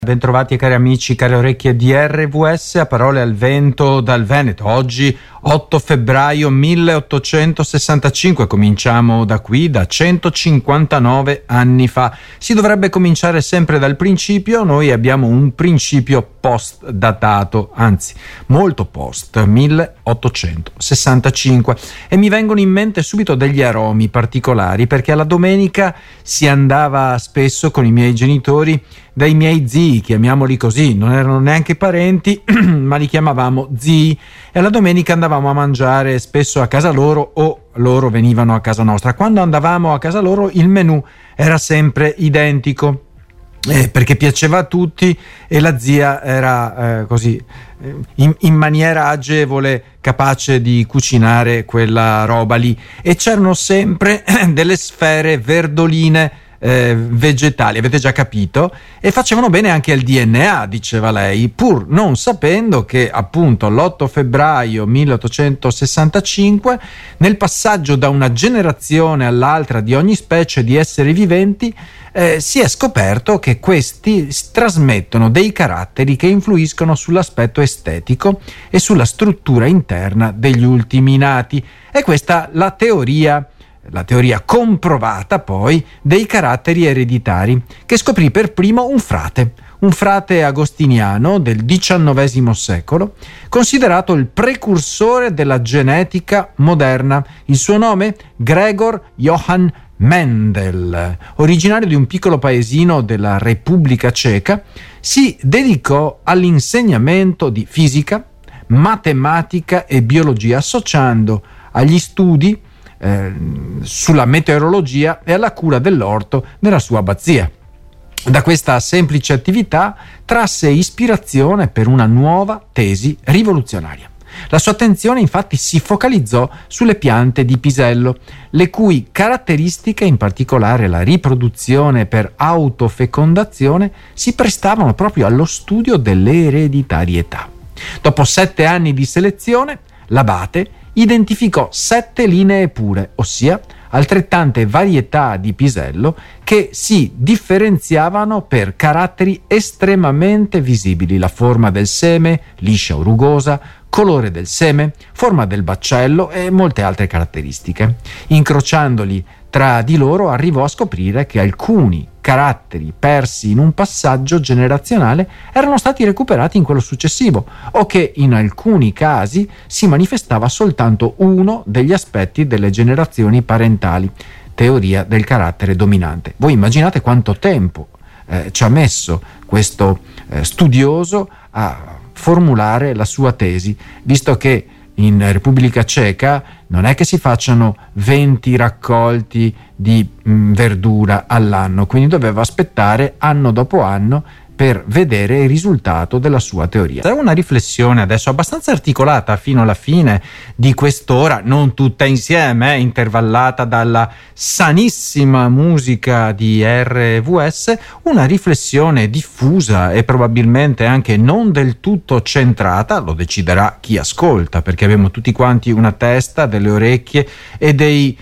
Bentrovati cari amici, cari orecchie di RVS, a Parole al Vento dal Veneto. Oggi 8 febbraio 1865, cominciamo da qui, da 159 anni fa. Si dovrebbe cominciare sempre dal principio, noi abbiamo un principio post-datato, anzi molto post, 1865, e mi vengono in mente subito degli aromi particolari, perché alla domenica si andava spesso con i miei genitori dai miei zii, chiamiamoli così, non erano neanche parenti ma li chiamavamo zii, e alla domenica andavamo a mangiare spesso a casa loro o loro venivano a casa nostra. Quando andavamo a casa loro il menù era sempre identico, perché piaceva a tutti e la zia era così in maniera agevole capace di cucinare quella roba lì, e c'erano sempre delle sfere verdoline vegetali, avete già capito, e facevano bene anche al DNA, diceva lei, pur non sapendo che appunto l'8 febbraio 1865, nel passaggio da una generazione all'altra di ogni specie di esseri viventi, si è scoperto che questi trasmettono dei caratteri che influiscono sull'aspetto estetico e sulla struttura interna degli ultimi nati. E questa la teoria comprovata poi dei caratteri ereditari, che scoprì per primo un frate agostiniano del XIX secolo, considerato il precursore della genetica moderna. Il suo nome? Gregor Johann Mendel, originario di un piccolo paesino della Repubblica Ceca. Si dedicò all'insegnamento di fisica, matematica e biologia, associando agli studi sulla meteorologia e alla cura dell'orto nella sua abbazia. Da questa semplice attività trasse ispirazione per una nuova tesi rivoluzionaria. La sua attenzione infatti si focalizzò sulle piante di pisello, le cui caratteristiche, in particolare la riproduzione per autofecondazione, si prestavano proprio allo studio dell'ereditarietà. Dopo 7 anni di selezione, l'abate identificò 7 linee pure, ossia altrettante varietà di pisello che si differenziavano per caratteri estremamente visibili: la forma del seme, liscia o rugosa, colore del seme, forma del baccello e molte altre caratteristiche. Incrociandoli tra di loro arrivò a scoprire che alcuni caratteri persi in un passaggio generazionale erano stati recuperati in quello successivo, o che in alcuni casi si manifestava soltanto uno degli aspetti delle generazioni parentali. Teoria del carattere dominante. Voi immaginate quanto tempo ci ha messo questo studioso a formulare la sua tesi, visto che in Repubblica Ceca non è che si facciano 20 raccolti di verdura all'anno, quindi doveva aspettare anno dopo anno per vedere il risultato della sua teoria. È una riflessione adesso abbastanza articolata fino alla fine di quest'ora, non tutta insieme, intervallata dalla sanissima musica di RVS, una riflessione diffusa e probabilmente anche non del tutto centrata, lo deciderà chi ascolta, perché abbiamo tutti quanti una testa, delle orecchie e dei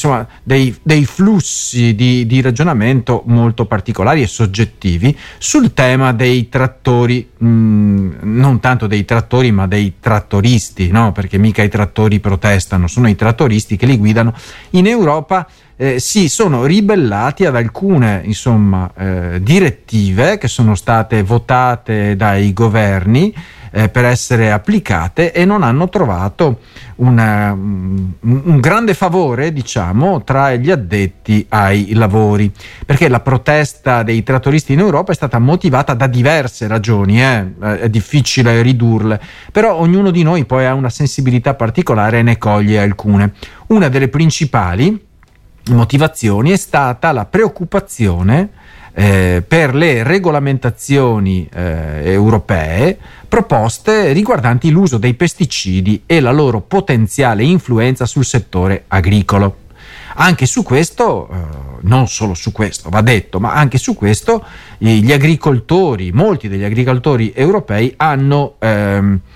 flussi di ragionamento molto particolari e soggettivi sul tema dei trattori, non tanto dei trattori ma dei trattoristi, no? Perché mica i trattori protestano, sono i trattoristi che li guidano. In Europa si sono ribellati ad alcune direttive che sono state votate dai governi per essere applicate, e non hanno trovato un grande favore, diciamo, tra gli addetti ai lavori, perché la protesta dei trattoristi in Europa è stata motivata da diverse ragioni, è difficile ridurle, però ognuno di noi poi ha una sensibilità particolare e ne coglie alcune. Una delle principali motivazioni è stata la preoccupazione per le regolamentazioni europee proposte riguardanti l'uso dei pesticidi e la loro potenziale influenza sul settore agricolo. Anche su questo, non solo su questo va detto, ma anche su questo molti degli agricoltori europei hanno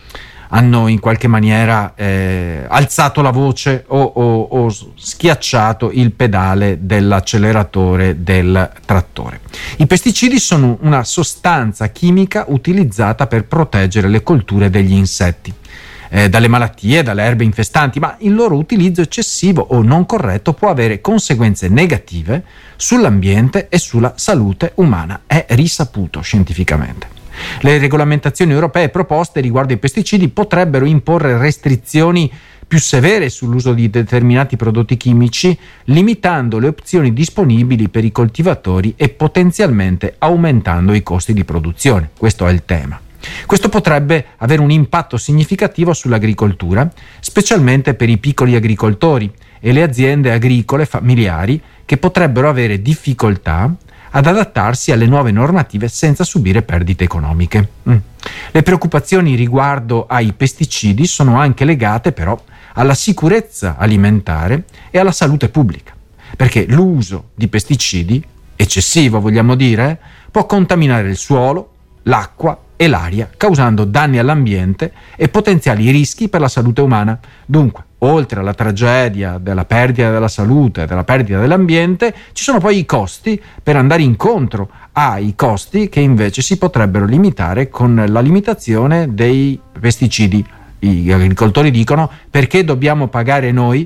hanno in qualche maniera alzato la voce o schiacciato il pedale dell'acceleratore del trattore. I pesticidi sono una sostanza chimica utilizzata per proteggere le colture degli insetti dalle malattie, dalle erbe infestanti, ma il loro utilizzo eccessivo o non corretto può avere conseguenze negative sull'ambiente e sulla salute umana. È risaputo scientificamente. Le regolamentazioni europee proposte riguardo ai pesticidi potrebbero imporre restrizioni più severe sull'uso di determinati prodotti chimici, limitando le opzioni disponibili per i coltivatori e potenzialmente aumentando i costi di produzione. Questo è il tema. Questo potrebbe avere un impatto significativo sull'agricoltura, specialmente per i piccoli agricoltori e le aziende agricole familiari che potrebbero avere difficoltà ad adattarsi alle nuove normative senza subire perdite economiche. Le preoccupazioni riguardo ai pesticidi sono anche legate però alla sicurezza alimentare e alla salute pubblica, perché l'uso di pesticidi, eccessivo vogliamo dire, può contaminare il suolo, l'acqua e l'aria, causando danni all'ambiente e potenziali rischi per la salute umana. Dunque, oltre alla tragedia della perdita della salute e della perdita dell'ambiente, ci sono poi i costi per andare incontro ai costi che invece si potrebbero limitare con la limitazione dei pesticidi. Gli agricoltori dicono: perché dobbiamo pagare noi?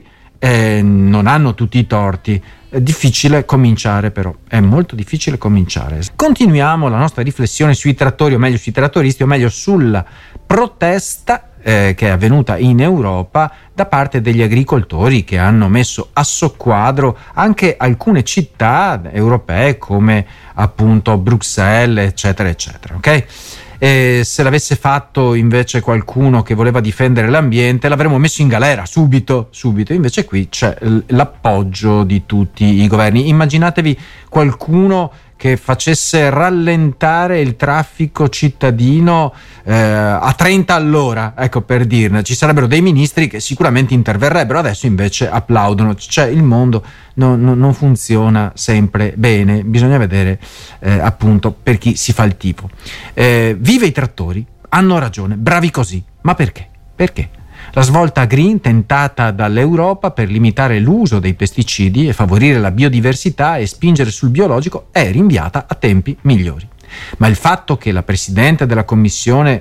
Non hanno tutti i torti. È difficile cominciare, però è molto difficile cominciare. Continuiamo la nostra riflessione sui trattori, o meglio sui trattoristi, o meglio sulla protesta che è avvenuta in Europa da parte degli agricoltori, che hanno messo a soqquadro anche alcune città europee come appunto Bruxelles, eccetera eccetera, ok? Se l'avesse fatto invece qualcuno che voleva difendere l'ambiente, l'avremmo messo in galera subito. Invece qui c'è l'appoggio di tutti i governi. Immaginatevi qualcuno che facesse rallentare il traffico cittadino a 30 all'ora, ecco, per dirne. Ci sarebbero dei ministri che sicuramente interverrebbero, adesso invece applaudono. Cioè, il mondo non funziona sempre bene, bisogna vedere appunto per chi si fa il tifo. Vive i trattori, hanno ragione, bravi così, ma perché? Perché? La svolta green tentata dall'Europa per limitare l'uso dei pesticidi e favorire la biodiversità e spingere sul biologico è rinviata a tempi migliori. Ma il fatto che la Presidente della Commissione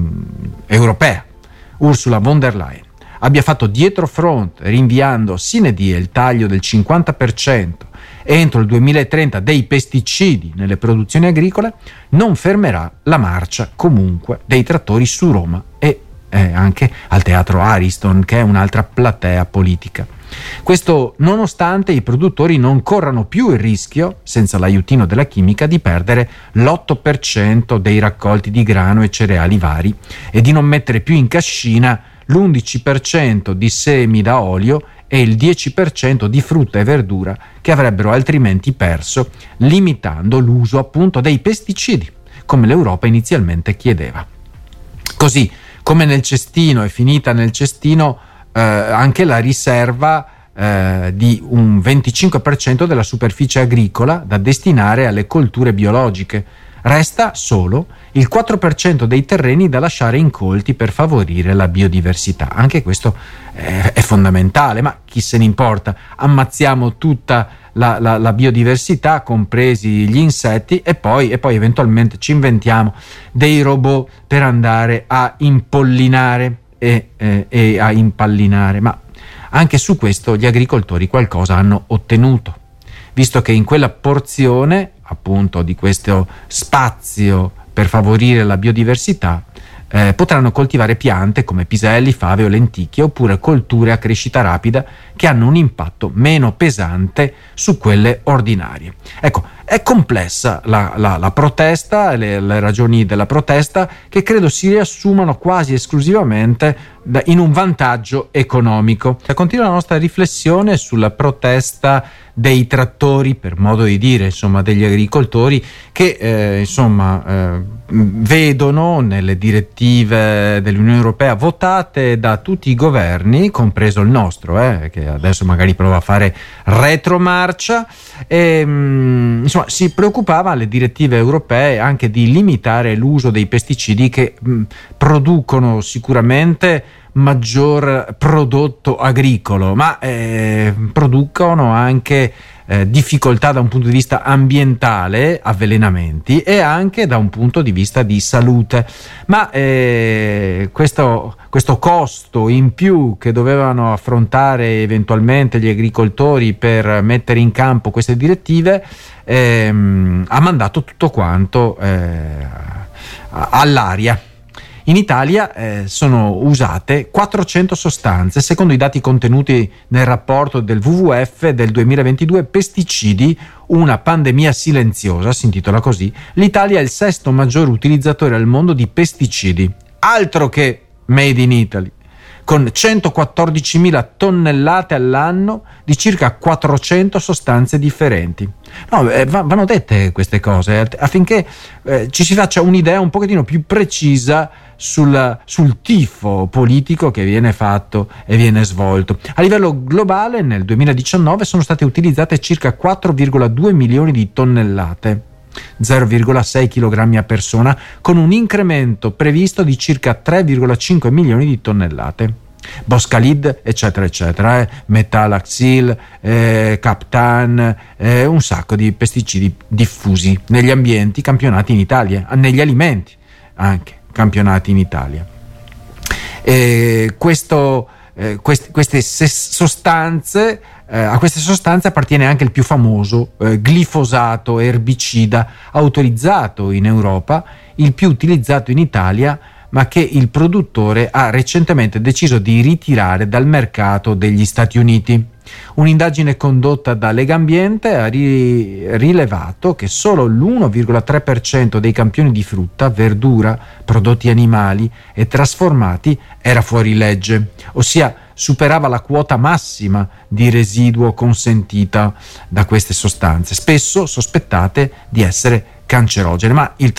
europea, Ursula von der Leyen, abbia fatto dietrofront rinviando sine die il taglio del 50% entro il 2030 dei pesticidi nelle produzioni agricole non fermerà la marcia comunque dei trattori su Roma e anche al Teatro Ariston, che è un'altra platea politica. Questo nonostante i produttori non corrano più il rischio, senza l'aiutino della chimica, di perdere l'8% dei raccolti di grano e cereali vari e di non mettere più in cascina l'11% di semi da olio e il 10% di frutta e verdura che avrebbero altrimenti perso, limitando l'uso appunto dei pesticidi, come l'Europa inizialmente chiedeva. Così come nel cestino è finita nel cestino anche la riserva di un 25% della superficie agricola da destinare alle colture biologiche. Resta solo il 4% dei terreni da lasciare incolti per favorire la biodiversità. Anche questo è fondamentale, ma chi se ne importa? Ammazziamo tutta la biodiversità, compresi gli insetti, e poi eventualmente ci inventiamo dei robot per andare a impollinare e a impallinare. Ma anche su questo gli agricoltori qualcosa hanno ottenuto, visto che in quella porzione appunto di questo spazio per favorire la biodiversità potranno coltivare piante come piselli, fave o lenticchie, oppure colture a crescita rapida che hanno un impatto meno pesante su quelle ordinarie. Ecco, è complessa la protesta, le ragioni della protesta, che credo si riassumano quasi esclusivamente in un vantaggio economico. Continua la nostra riflessione sulla protesta dei trattori, per modo di dire, insomma, degli agricoltori che vedono nelle direttive dell'Unione Europea votate da tutti i governi, compreso il nostro, che adesso magari prova a fare retromarcia, e insomma si preoccupava alle direttive europee anche di limitare l'uso dei pesticidi che producono sicuramente maggior prodotto agricolo, ma producono anche difficoltà da un punto di vista ambientale, avvelenamenti, e anche da un punto di vista di salute. Ma questo costo in più che dovevano affrontare eventualmente gli agricoltori per mettere in campo queste direttive ha mandato tutto quanto all'aria. In Italia sono usate 400 sostanze, secondo i dati contenuti nel rapporto del WWF del 2022, Pesticidi, una pandemia silenziosa, si intitola così. L'Italia è il sesto maggior utilizzatore al mondo di pesticidi, altro che Made in Italy, con 114.000 tonnellate all'anno di circa 400 sostanze differenti. No, vanno dette queste cose affinché ci si faccia un'idea un pochettino più precisa sul tifo politico che viene fatto e viene svolto. A livello globale nel 2019 sono state utilizzate circa 4,2 milioni di tonnellate, 0,6 kg a persona, con un incremento previsto di circa 3,5 milioni di tonnellate. Boscalid, eccetera eccetera, Metalaxyl, Captan, un sacco di pesticidi diffusi negli ambienti, campionati in Italia, negli alimenti anche campionati in Italia. Queste sostanze, a queste sostanze appartiene anche il più famoso glifosato erbicida, autorizzato in Europa, il più utilizzato in Italia, ma che il produttore ha recentemente deciso di ritirare dal mercato degli Stati Uniti. Un'indagine condotta da Legambiente ha rilevato che solo l'1,3% dei campioni di frutta, verdura, prodotti animali e trasformati era fuori legge, ossia superava la quota massima di residuo consentita da queste sostanze, spesso sospettate di essere cancerogene, ma il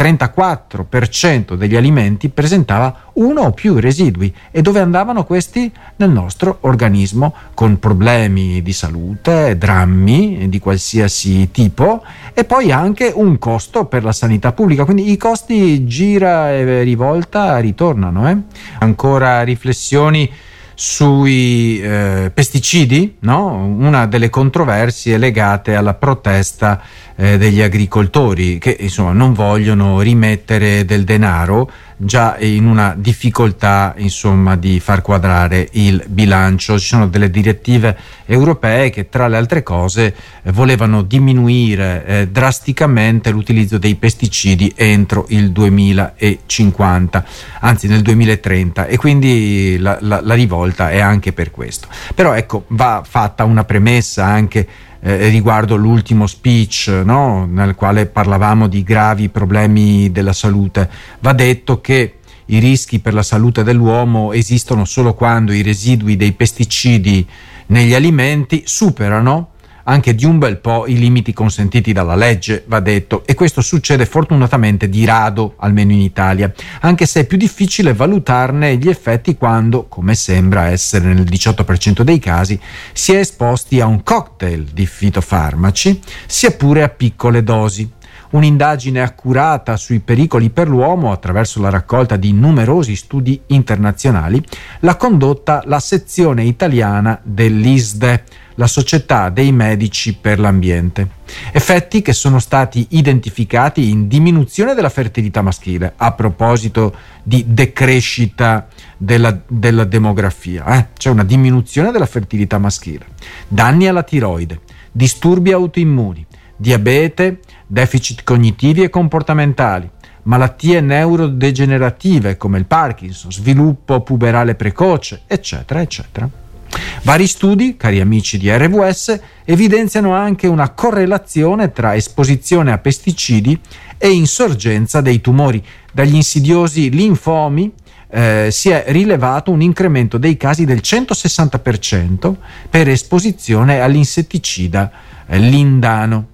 34% degli alimenti presentava uno o più residui. E dove andavano questi? Nel nostro organismo, con problemi di salute, drammi di qualsiasi tipo, e poi anche un costo per la sanità pubblica. Quindi i costi gira e rivolta ritornano. Ancora riflessioni sui pesticidi, no? Una delle controversie legate alla protesta degli agricoltori che insomma non vogliono rimettere del denaro, già in una difficoltà insomma di far quadrare il bilancio. Ci sono delle direttive europee che tra le altre cose volevano diminuire drasticamente l'utilizzo dei pesticidi entro il 2050, anzi nel 2030, e quindi la rivolta è anche per questo. Però ecco, va fatta una premessa anche riguardo l'ultimo speech, no? Nel quale parlavamo di gravi problemi della salute. Va detto che i rischi per la salute dell'uomo esistono solo quando i residui dei pesticidi negli alimenti superano anche di un bel po' i limiti consentiti dalla legge, va detto, e questo succede fortunatamente di rado, almeno in Italia, anche se è più difficile valutarne gli effetti quando, come sembra essere nel 18% dei casi, si è esposti a un cocktail di fitofarmaci, sia pure a piccole dosi. Un'indagine accurata sui pericoli per l'uomo attraverso la raccolta di numerosi studi internazionali l'ha condotta la sezione italiana dell'ISDE, la Società dei Medici per l'Ambiente. Effetti che sono stati identificati in diminuzione della fertilità maschile, a proposito di decrescita della demografia, c'è una diminuzione della fertilità maschile, danni alla tiroide, disturbi autoimmuni, diabete, deficit cognitivi e comportamentali, malattie neurodegenerative come il Parkinson, sviluppo puberale precoce, eccetera, eccetera. Vari studi, cari amici di RWS, evidenziano anche una correlazione tra esposizione a pesticidi e insorgenza dei tumori. Dagli insidiosi linfomi si è rilevato un incremento dei casi del 160% per esposizione all'insetticida lindano.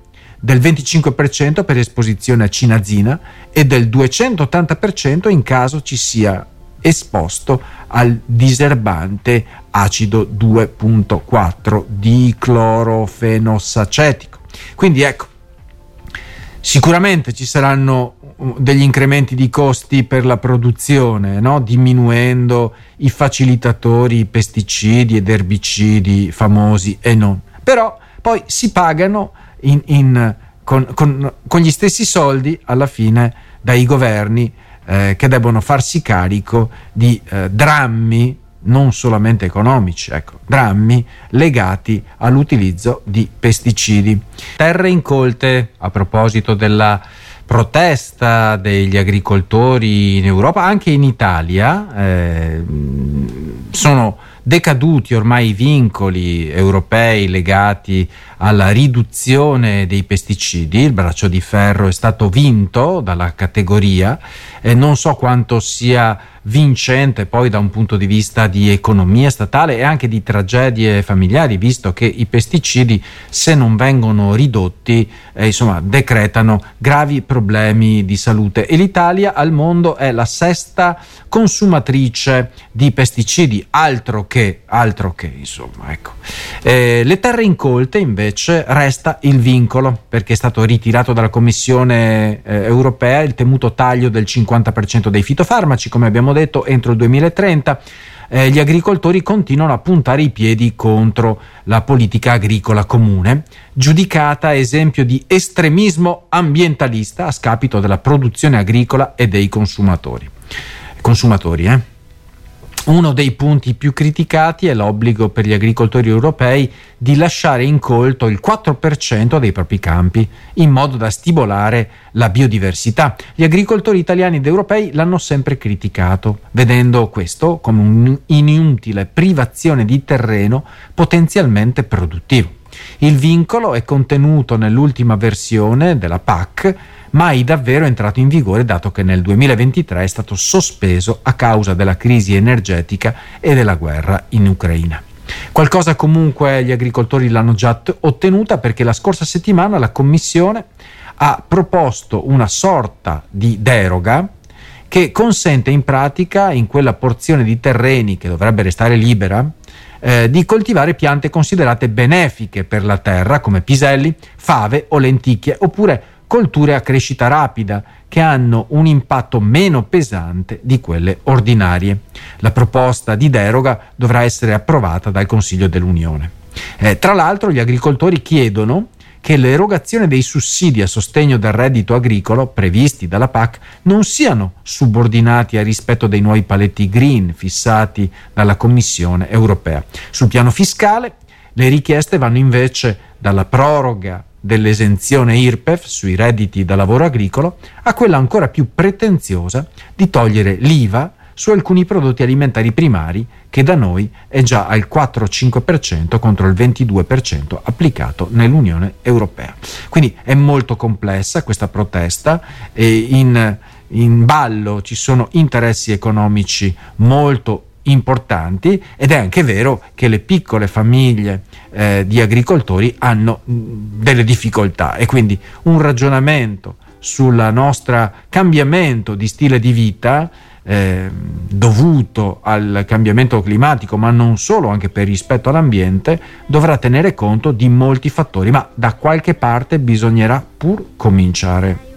del 25% per esposizione a cinazina e del 280% in caso ci sia esposto al diserbante acido 2,4 diclorofenosacetico. Quindi ecco, sicuramente ci saranno degli incrementi di costi per la produzione, no? Diminuendo i facilitatori, i pesticidi ed erbicidi famosi e non. Però poi si pagano con gli stessi soldi alla fine dai governi che debbono farsi carico di drammi non solamente economici, ecco, drammi legati all'utilizzo di pesticidi. Terre incolte, a proposito della protesta degli agricoltori in Europa, anche in Italia, sono decaduti ormai i vincoli europei legati alla riduzione dei pesticidi. Il braccio di ferro è stato vinto dalla categoria e non so quanto sia vincente poi da un punto di vista di economia statale e anche di tragedie familiari, visto che i pesticidi, se non vengono ridotti, decretano gravi problemi di salute. E l'Italia al mondo è la sesta consumatrice di pesticidi, altro che insomma, ecco. Le terre incolte invece resta il vincolo, perché è stato ritirato dalla Commissione europea il temuto taglio del 50% dei fitofarmaci, come abbiamo detto, entro il 2030. Gli agricoltori continuano a puntare i piedi contro la politica agricola comune, giudicata esempio di estremismo ambientalista a scapito della produzione agricola e dei consumatori. Uno dei punti più criticati è l'obbligo per gli agricoltori europei di lasciare incolto il 4% dei propri campi, in modo da stimolare la biodiversità. Gli agricoltori italiani ed europei l'hanno sempre criticato, vedendo questo come un'inutile privazione di terreno potenzialmente produttivo. Il vincolo è contenuto nell'ultima versione della PAC, mai davvero entrato in vigore, dato che nel 2023 è stato sospeso a causa della crisi energetica e della guerra in Ucraina. Qualcosa comunque gli agricoltori l'hanno già ottenuta, perché la scorsa settimana la Commissione ha proposto una sorta di deroga che consente in pratica, in quella porzione di terreni che dovrebbe restare libera, di coltivare piante considerate benefiche per la terra, come piselli, fave o lenticchie, oppure colture a crescita rapida che hanno un impatto meno pesante di quelle ordinarie. La proposta di deroga dovrà essere approvata dal Consiglio dell'Unione. Tra l'altro, gli agricoltori chiedono che l'erogazione dei sussidi a sostegno del reddito agricolo previsti dalla PAC non siano subordinati al rispetto dei nuovi paletti green fissati dalla Commissione europea. Sul piano fiscale, le richieste vanno invece dalla proroga dell'esenzione IRPEF sui redditi da lavoro agricolo a quella ancora più pretenziosa di togliere l'IVA su alcuni prodotti alimentari primari, che da noi è già al 4-5% contro il 22% applicato nell'Unione Europea. Quindi è molto complessa questa protesta e in ballo ci sono interessi economici molto importanti, ed è anche vero che le piccole famiglie di agricoltori hanno delle difficoltà, e quindi un ragionamento sul nostro cambiamento di stile di vita dovuto al cambiamento climatico, ma non solo, anche per rispetto all'ambiente, dovrà tenere conto di molti fattori, ma da qualche parte bisognerà pur cominciare.